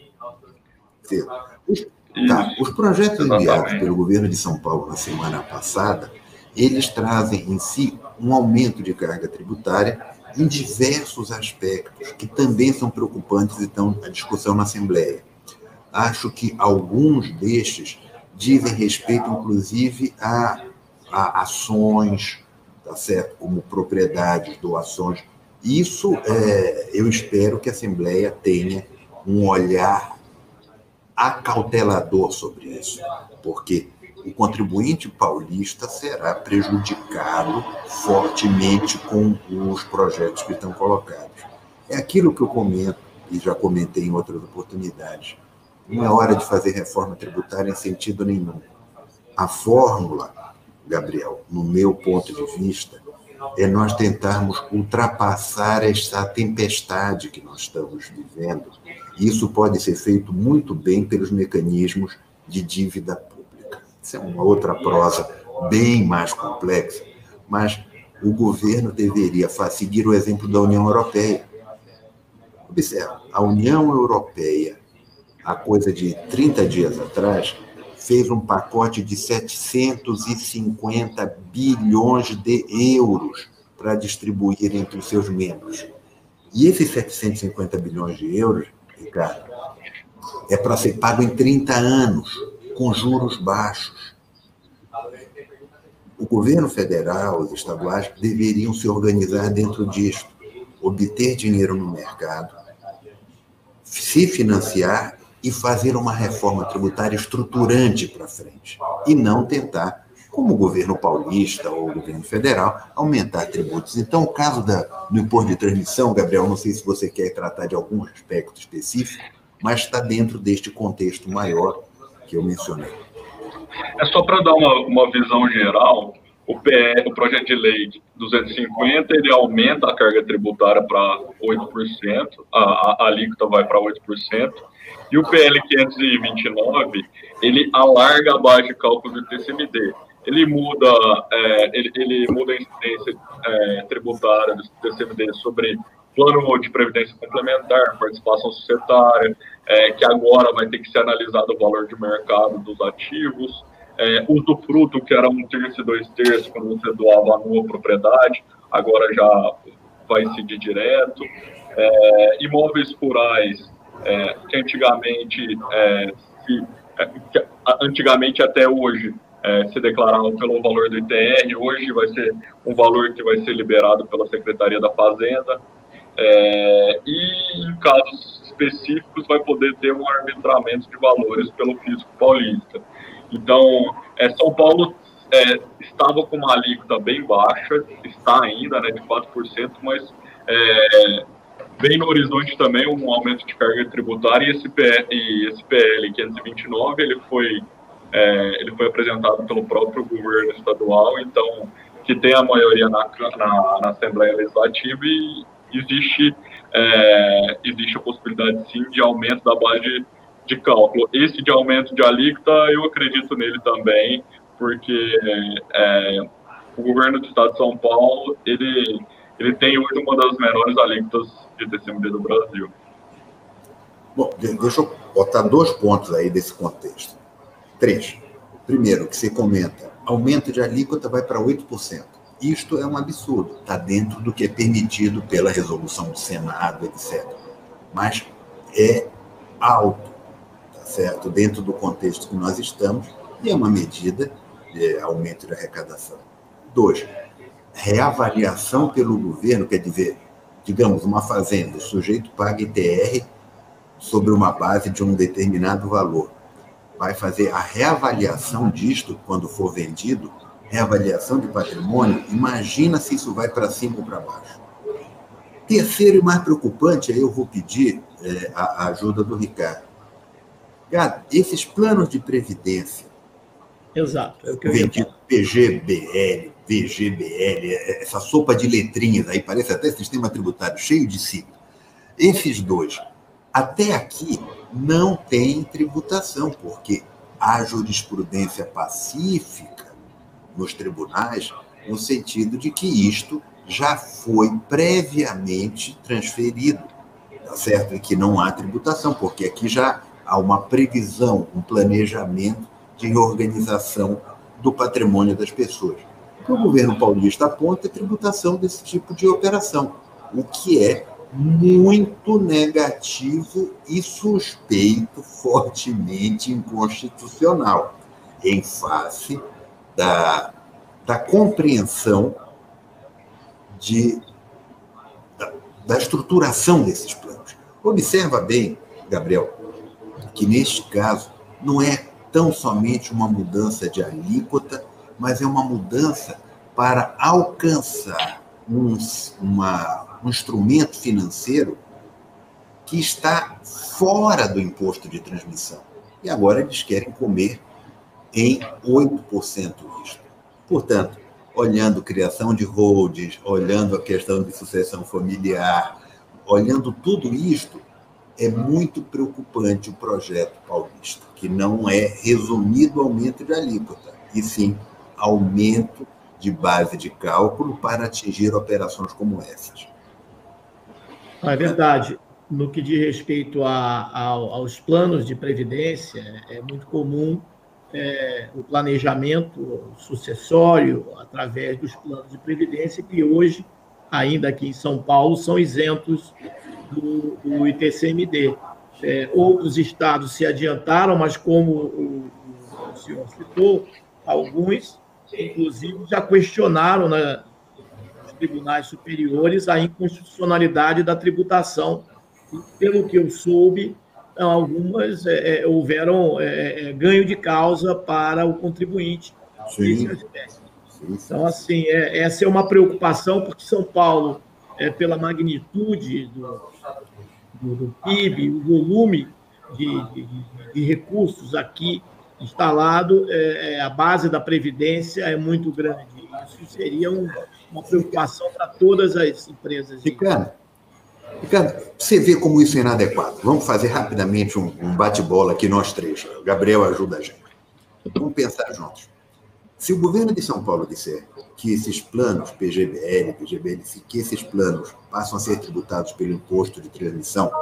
Os, tá, os projetos enviados pelo governo de São Paulo na semana passada, eles trazem em si um aumento de carga tributária em diversos aspectos, que também são preocupantes e estão à discussão na Assembleia. Acho que alguns destes dizem respeito, inclusive, a, a ações, tá certo? Como propriedades, doações. Isso, é, eu espero que a Assembleia tenha um olhar acautelador sobre isso, porque o contribuinte paulista será prejudicado fortemente com os projetos que estão colocados. É aquilo que eu comento, e já comentei em outras oportunidades. Não é hora de fazer reforma tributária em sentido nenhum. A fórmula, Gabriel, no meu ponto de vista, é nós tentarmos ultrapassar esta tempestade que nós estamos vivendo. E isso pode ser feito muito bem pelos mecanismos de dívida pública. Isso é uma outra prosa bem mais complexa, mas o governo deveria seguir o exemplo da União Europeia. Observe, a União Europeia, há coisa de trinta dias atrás, fez um pacote de setecentos e cinquenta bilhões de euros para distribuir entre os seus membros. E esses setecentos e cinquenta bilhões de euros, Ricardo, é para ser pago em trinta anos, com juros baixos. O governo federal, os estaduais, deveriam se organizar dentro disto, obter dinheiro no mercado, se financiar e fazer uma reforma tributária estruturante para frente. E não tentar, como o governo paulista ou o governo federal, aumentar tributos. Então, o caso da, do imposto de transmissão, Gabriel, não sei se você quer tratar de algum aspecto específico, mas está dentro deste contexto maior que eu mencionei.
É só para dar uma, uma visão geral, o, P E, o projeto de lei duzentos e cinquenta, ele aumenta a carga tributária para oito por cento, a, a, a alíquota vai para oito por cento, e o P L quinhentos e vinte e nove, ele alarga a base de cálculo do T C M D. Ele muda, é, ele, ele muda a incidência é, tributária do T C M D sobre plano de previdência complementar, participação societária, é, que agora vai ter que ser analisado o valor de mercado dos ativos, é, usufruto, que era um terço e dois terços quando você doava a nua propriedade, agora já vai incidir direto, é, imóveis rurais, É, que antigamente, é, se, é, que antigamente até hoje é, se declaravam pelo valor do I T R, hoje vai ser um valor que vai ser liberado pela Secretaria da Fazenda, é, e em casos específicos vai poder ter um arbitramento de valores pelo Fisco Paulista. Então, é, São Paulo é, estava com uma alíquota bem baixa, está ainda, né, de quatro por cento, mas é, vem no horizonte também um aumento de carga tributária, e esse, P L, e esse P L quinhentos e vinte e nove ele foi, é, ele foi apresentado pelo próprio governo estadual, então, que tem a maioria na, na, na Assembleia Legislativa, e existe, é, existe a possibilidade, sim, de aumento da base de, de cálculo. Esse de aumento de alíquota, eu acredito nele também, porque é, o governo do estado de São Paulo, ele... ele tem hoje uma das menores alíquotas de T C M D do Brasil.
Bom, deixa eu botar dois pontos aí desse contexto. Três. Primeiro, que você comenta, aumento de alíquota vai para oito por cento. Isto é um absurdo, está dentro do que é permitido pela resolução do Senado, etcétera. Mas é alto, tá certo? Dentro do contexto que nós estamos, e é uma medida de aumento de arrecadação. Dois, reavaliação pelo governo, quer dizer, digamos, uma fazenda, o sujeito paga I T R sobre uma base de um determinado valor. Vai fazer a reavaliação disto quando for vendido, reavaliação de patrimônio, imagina se isso vai para cima ou para baixo. Terceiro e mais preocupante, aí eu vou pedir é, a, a ajuda do Ricardo. Ricardo, esses planos de previdência,
exato, é o que eu
vendido P G B L, V G B L, essa sopa de letrinhas aí, parece até sistema tributário, cheio de sigla. Esses dois, até aqui, não tem tributação, porque há jurisprudência pacífica nos tribunais, no sentido de que isto já foi previamente transferido, tá certo? E que não há tributação, porque aqui já há uma previsão, um planejamento de reorganização do patrimônio das pessoas. O que o governo paulista aponta é tributação desse tipo de operação, o que é muito negativo e suspeito fortemente inconstitucional, em face da, da compreensão de, da, da estruturação desses planos. Observa bem, Gabriel, que neste caso não é tão somente uma mudança de alíquota, mas é uma mudança para alcançar um, uma, um instrumento financeiro que está fora do imposto de transmissão. E agora eles querem comer em oito por cento isto. Portanto, olhando criação de holdings, olhando a questão de sucessão familiar, olhando tudo isto, é muito preocupante o projeto paulista, que não é resumido aumento de alíquota, e sim aumento de base de cálculo para atingir operações como essas.
É verdade. No que diz respeito a, a, aos planos de previdência, é muito comum é, o planejamento sucessório através dos planos de previdência, que hoje, ainda aqui em São Paulo, são isentos do, do I T C M D. É, outros estados se adiantaram, mas como o, o senhor citou, alguns, inclusive, já questionaram na, nos tribunais superiores a inconstitucionalidade da tributação. E, pelo que eu soube, algumas é, houveram é, ganho de causa para o contribuinte.
Sim.
Então, assim, é, essa é uma preocupação, porque São Paulo, é, pela magnitude do, do, do P I B, o volume de, de, de recursos aqui instalado, é, a base da Previdência é muito grande. Isso seria um, uma preocupação para todas as empresas.
Ricardo, Ricardo, você vê como isso é inadequado. Vamos fazer rapidamente um, um bate-bola aqui, nós três. O Gabriel ajuda a gente. Vamos pensar juntos. Se o governo de São Paulo disser que esses planos, P G B L, P G B L C, que esses planos passam a ser tributados pelo imposto de transmissão,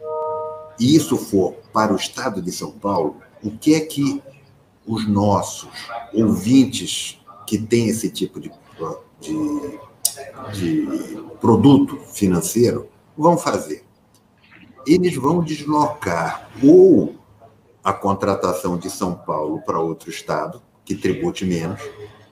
e isso for para o Estado de São Paulo, o que é que os nossos ouvintes que têm esse tipo de, de, de produto financeiro vão fazer? Eles vão deslocar ou a contratação de São Paulo para outro estado, que tribute menos,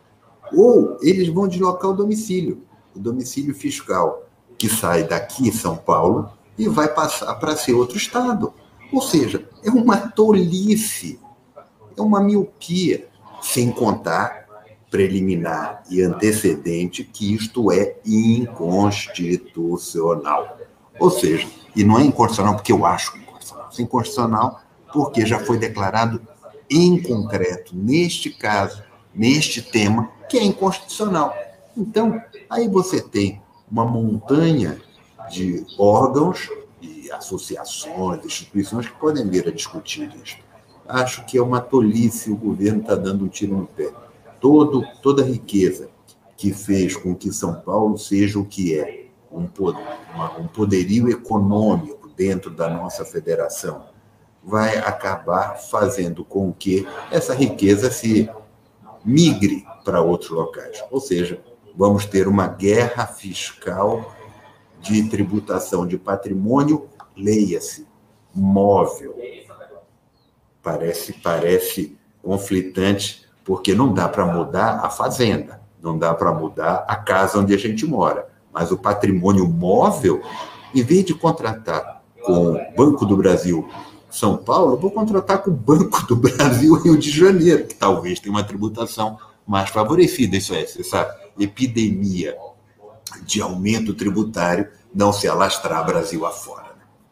ou eles vão deslocar o domicílio, o domicílio fiscal, que sai daqui, São Paulo, e vai passar para ser outro estado. Ou seja, é uma tolice, é uma miopia, sem contar preliminar e antecedente que isto é inconstitucional. Ou seja, e não é inconstitucional porque eu acho inconstitucional, é inconstitucional porque já foi declarado em concreto, neste caso, neste tema, que é inconstitucional. Então, aí você tem uma montanha de órgãos, de associações, de instituições que podem vir a discutir isso. Acho que é uma tolice, o governo está dando um tiro no pé. Todo, toda a riqueza que fez com que São Paulo seja o que é, um, uma, um poderio econômico dentro da nossa federação, vai acabar fazendo com que essa riqueza se migre para outros locais. Ou seja, vamos ter uma guerra fiscal de tributação de patrimônio, leia-se, móvel. Parece, parece conflitante, porque não dá para mudar a fazenda, não dá para mudar a casa onde a gente mora, mas o patrimônio móvel, em vez de contratar com o Banco do Brasil São Paulo, eu vou contratar com o Banco do Brasil Rio de Janeiro, que talvez tenha uma tributação mais favorecida. Isso é, essa epidemia de aumento tributário não se alastrar Brasil afora.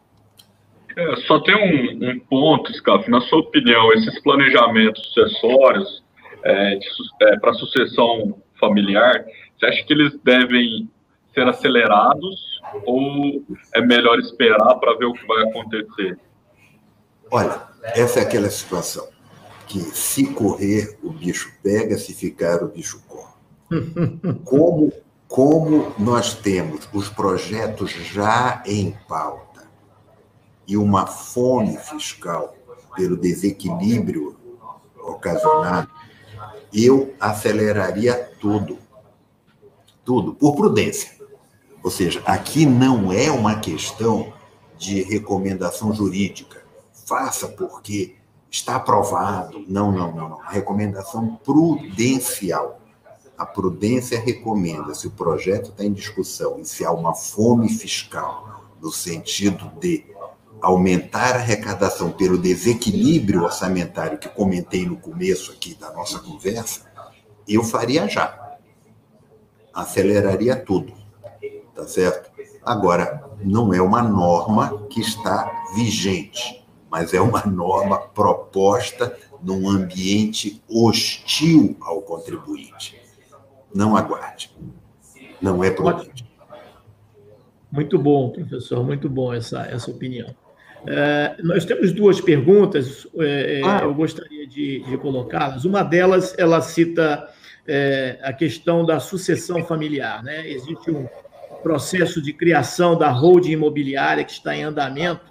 É, só tem um, um ponto, Scaf, na sua opinião, esses planejamentos sucessórios é, é, para sucessão familiar, você acha que eles devem ser acelerados ou é melhor esperar para ver o que vai acontecer?
Olha, essa é aquela situação que se correr o bicho pega, se ficar o bicho come. Como, como nós temos os projetos já em pauta e uma fome fiscal pelo desequilíbrio ocasionado, eu aceleraria tudo. Tudo, por prudência. Ou seja, aqui não é uma questão de recomendação jurídica. Faça porque está aprovado. Não, não, não, não. Recomendação prudencial. A prudência recomenda, se o projeto está em discussão e se há uma fome fiscal, no sentido de aumentar a arrecadação pelo desequilíbrio orçamentário que comentei no começo aqui da nossa conversa, eu faria já. Aceleraria tudo. Tá certo? Agora, não é uma norma que está vigente, mas é uma norma proposta num ambiente hostil ao contribuinte. não aguarde. Não é prudente.
Muito bom, professor, muito bom essa, essa opinião. É, nós temos duas perguntas, é, ah. eu gostaria de, de colocá-las. Uma delas, ela cita é, a questão da sucessão familiar, né? Existe um processo de criação da holding imobiliária que está em andamento,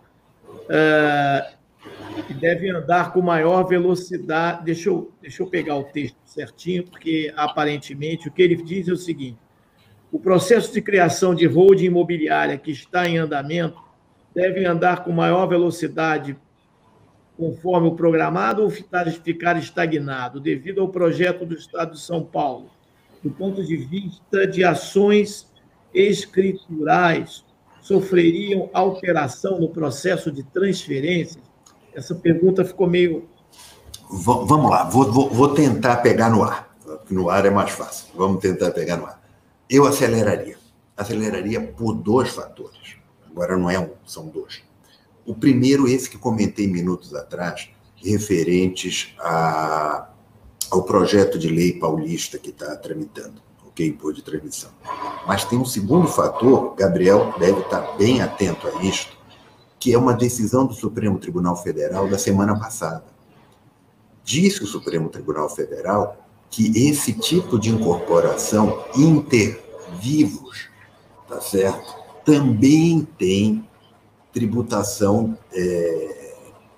é, que deve andar com maior velocidade. Deixa eu, deixa eu pegar o texto certinho, porque, aparentemente, o que ele diz é o seguinte: o processo de criação de holding imobiliária que está em andamento deve andar com maior velocidade conforme o programado ou ficar estagnado, devido ao projeto do Estado de São Paulo, do ponto de vista de ações escriturais, sofreriam alteração no processo de transferência? Essa pergunta ficou meio...
Vamos lá, vou, vou, vou tentar pegar no ar, porque no ar é mais fácil. Vamos tentar pegar no ar. Eu aceleraria. Aceleraria por dois fatores. Agora não é um, são dois. O primeiro, esse que comentei minutos atrás, referentes a, ao projeto de lei paulista que está tramitando, ok? Por de transmissão. Mas tem um segundo fator, Gabriel deve estar bem atento a isto, que é uma decisão do Supremo Tribunal Federal da semana passada. Disse o Supremo Tribunal Federal que esse tipo de incorporação inter vivos, tá certo? Também tem tributação é,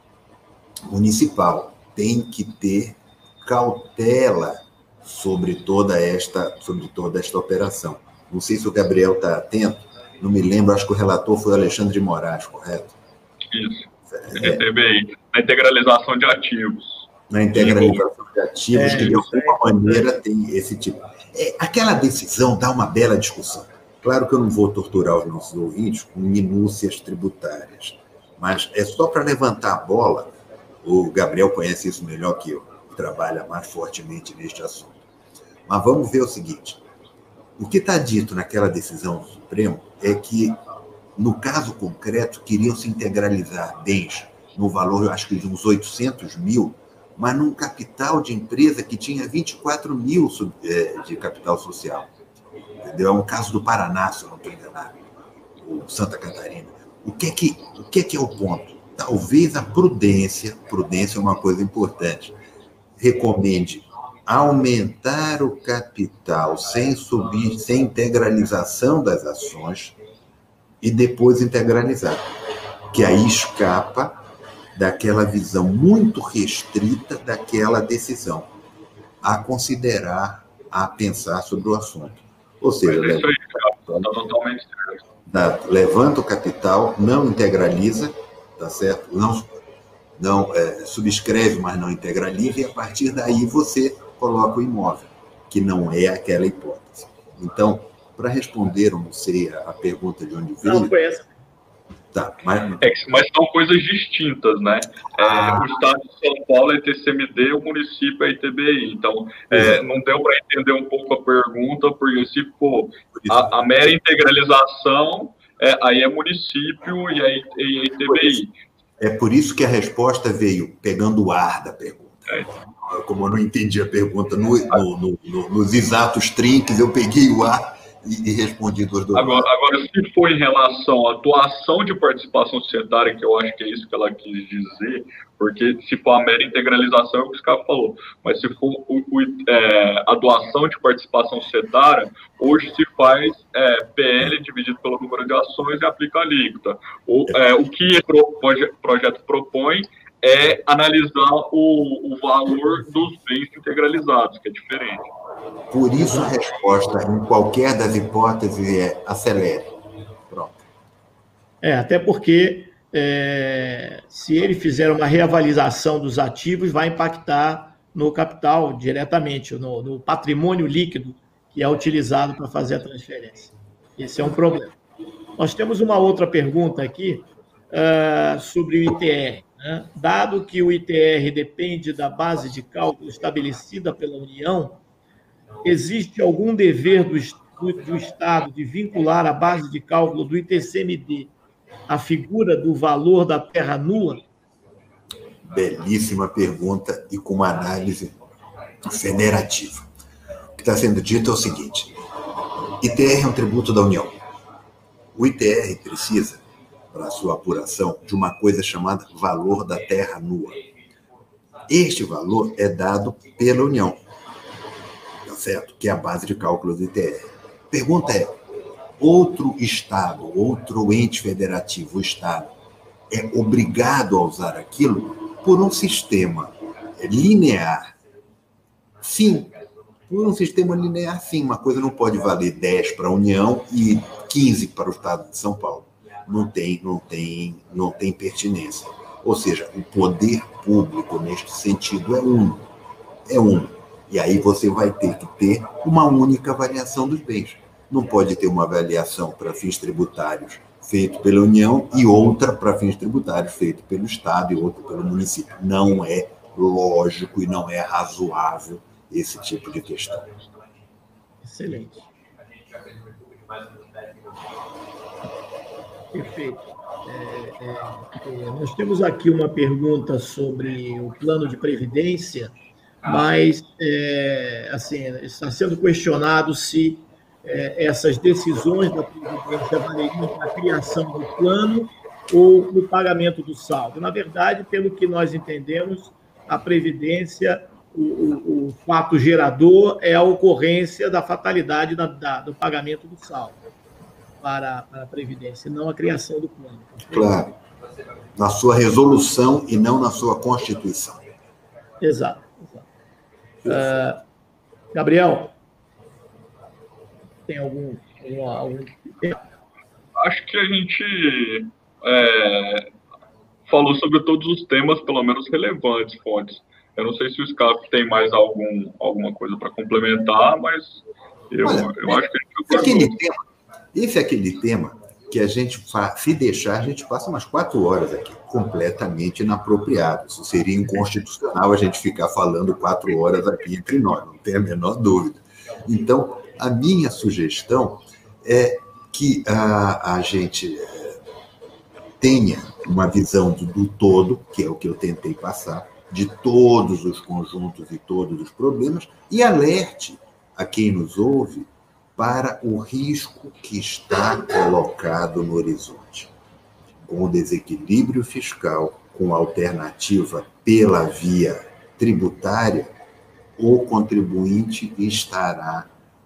municipal. Tem que ter cautela sobre toda esta, sobre toda esta operação. Não sei se o Gabriel está atento, não me lembro, acho que o relator foi o Alexandre de Moraes, correto?
Isso. É, T B I, na integralização de ativos.
Na integralização de ativos, é, que de alguma é, maneira tem esse tipo. É, aquela decisão dá uma bela discussão. Claro que eu não vou torturar os nossos ouvintes com minúcias tributárias, mas é só para levantar a bola. O Gabriel conhece isso melhor que eu, trabalha mais fortemente neste assunto. Mas vamos ver o seguinte: o que está dito naquela decisão do Supremo é que, no caso concreto, queriam se integralizar bens no valor, eu acho que de uns oitocentos mil, mas num capital de empresa que tinha vinte e quatro mil de capital social. Entendeu? É um caso do Paraná, se eu não estou enganado, ou Santa Catarina. O que é que, o que é que é o ponto? Talvez a prudência, prudência é uma coisa importante, recomende aumentar o capital sem subir, sem integralização das ações e depois integralizar, que aí escapa daquela visão muito restrita daquela decisão, a considerar, a pensar sobre o assunto. Ou seja, levanta, tá, levanta o capital, não integraliza, tá certo? Não, não é, subscreve, mas não integraliza, e a partir daí você coloca o imóvel, que não é aquela hipótese. Então, para responder, eu não sei a, a pergunta de onde veio...
Não, foi essa.
Tá, mas...
É, mas são coisas distintas, né? Ah. É, o Estado de São Paulo é T C M D, o município é I T B I. Então, é, não deu para entender um pouco a pergunta, porque se for a, a mera integralização, é, aí é município e aí é I T B I.
É por isso que a resposta veio pegando o ar da pergunta.
É.
Como eu não entendi a pergunta no, no, no, no, nos exatos trinques, eu peguei o ar e, e respondi duas duas.
Agora, agora, se for em relação à doação de participação societária, que eu acho que é isso que ela quis dizer, porque se for a mera integralização, é o que o Scapa falou, mas se for o, o, é, a doação de participação societária, hoje se faz é, P L dividido pelo número de ações e aplica a alíquota. O, é, o que o projeto propõe é analisar o, o valor dos bens integralizados, que é diferente.
Por isso a resposta em qualquer das hipóteses é acelere. Pronto.
É, até porque é, se ele fizer uma reavaliação dos ativos, vai impactar no capital diretamente, no, no patrimônio líquido que é utilizado para fazer a transferência. Esse é um problema. Nós temos uma outra pergunta aqui uh, sobre o I T R. Né? Dado que o I T R depende da base de cálculo estabelecida pela União, existe algum dever do, do, do Estado de vincular a base de cálculo do I T C M D à figura do valor da terra nua?
Belíssima pergunta e com uma análise federativa. está sendo dito é o seguinte: I T R é um tributo da União. O I T R precisa, para a sua apuração, de uma coisa chamada valor da terra nua. Este valor é dado pela União, tá certo? Que é a base de cálculo do I T R. Pergunta é: outro Estado, outro ente federativo, o Estado, é obrigado a usar aquilo por um sistema linear? Sim, por um sistema linear, sim. Uma coisa não pode valer dez para a União e quinze para o Estado de São Paulo. Não tem, não tem, não tem pertinência. Ou seja, o poder público, neste sentido, é um. É um. E aí você vai ter que ter uma única avaliação dos bens. Não pode ter uma avaliação para fins tributários feito pela União e outra para fins tributários feito pelo Estado e outra pelo município. Não é lógico e não é razoável esse tipo de questão.
Excelente. Perfeito. É, é, é, nós temos aqui uma pergunta sobre o plano de previdência, mas é, assim, está sendo questionado se é, essas decisões da previdência valeriam para a criação do plano ou no pagamento do saldo. Na verdade, pelo que nós entendemos, a previdência, o, o, o fato gerador é a ocorrência da fatalidade da, da, do pagamento do saldo para, para a previdência, não a criação do plano.
Claro. Na sua resolução e não na sua constituição.
Exato. exato. Uh, Gabriel, tem algum, algum, algum...
Acho que a gente é, falou sobre todos os temas, pelo menos relevantes, Fontes. Eu não sei se o SCAF tem mais algum, alguma coisa para complementar, mas eu,
Olha,
eu acho que a gente...
Esse é aquele tema, esse é aquele tema que a gente, se deixar, a gente passa umas quatro horas aqui, completamente inapropriado. Isso seria inconstitucional a gente ficar falando quatro horas aqui entre nós, não tem a menor dúvida. Então, a minha sugestão é que a, a gente tenha uma visão do, do todo, que é o que eu tentei passar, de todos os conjuntos e todos os problemas, e alerte a quem nos ouve para o risco que está colocado no horizonte. Com o desequilíbrio fiscal, com a alternativa pela via tributária, o contribuinte estará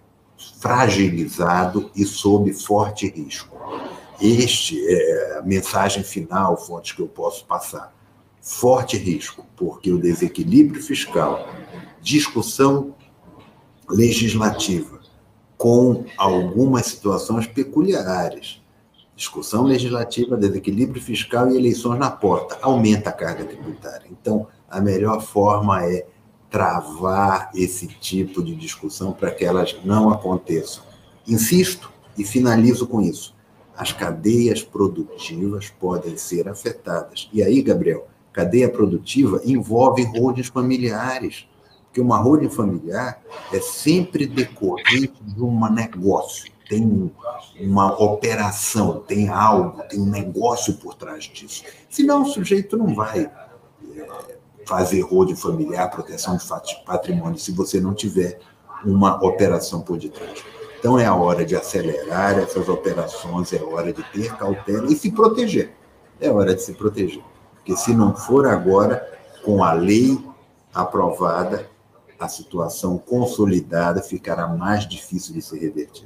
fragilizado e sob forte risco. Este é a mensagem final, Fontes, que eu posso passar. Forte risco, porque o desequilíbrio fiscal, discussão legislativa, com algumas situações peculiares, discussão legislativa, desequilíbrio fiscal e eleições na porta, aumenta a carga tributária. Então, a melhor forma é travar esse tipo de discussão para que elas não aconteçam. Insisto e finalizo com isso. As cadeias produtivas podem ser afetadas. E aí, Gabriel, cadeia produtiva envolve holdings familiares, porque uma holding familiar é sempre decorrente de um negócio, tem uma operação, tem algo, tem um negócio por trás disso. Senão o sujeito não vai é, fazer holding familiar, proteção de patrimônio, se você não tiver uma operação por detrás. Então é a hora de acelerar essas operações, é hora de ter cautela e se proteger. É hora de se proteger. Porque se não for agora, com a lei aprovada, a situação consolidada ficará mais difícil de ser revertida.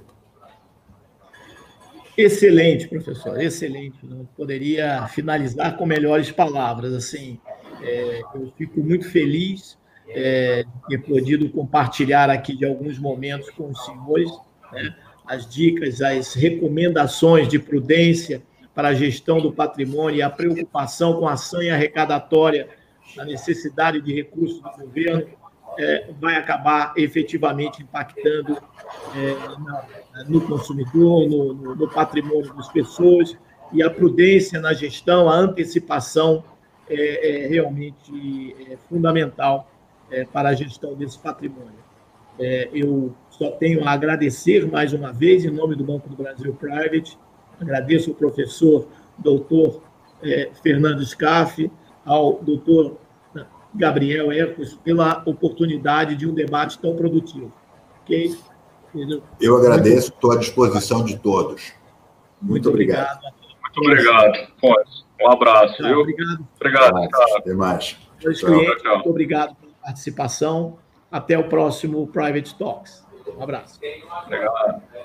Excelente, professor, excelente. Não poderia finalizar com melhores palavras. Assim, é, eu fico muito feliz é, de ter podido compartilhar aqui de alguns momentos com os senhores, né, as dicas, as recomendações de prudência para a gestão do patrimônio e a preocupação com a sanha arrecadatória, a necessidade de recursos do governo, é, vai acabar efetivamente impactando é, na, no consumidor, no, no, no patrimônio das pessoas, e a prudência na gestão, a antecipação é, é realmente é, fundamental é, para a gestão desse patrimônio. É, eu só tenho a agradecer mais uma vez, em nome do Banco do Brasil Private, agradeço ao professor doutor é, Fernando Scaff, ao doutor Gabriel Ercos, pela oportunidade de um debate tão produtivo. Ok?
Eu agradeço, estou à disposição de todos. Muito,
Muito obrigado.
obrigado.
Muito obrigado, Fontes. Um abraço,
Tchau,
viu?
obrigado.
Obrigado,
Até
tchau.
Até mais.
Meus
Tchau.
clientes,
tchau.
muito obrigado pela participação. Até o próximo Private Talks. Um abraço.
Obrigado.